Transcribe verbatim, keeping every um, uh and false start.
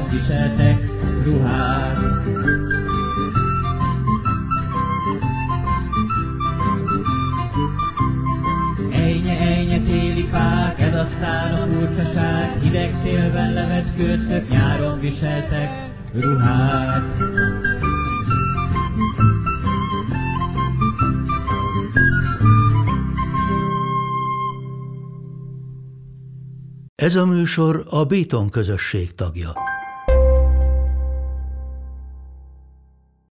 nyáron viseltek ruhát. Ejnye, ejnye téli fák, ez aztán a furcsaság, hideg szélben levett kőszök, nyáron viseltek ruhát. Ez a műsor a Béton közösség tagja.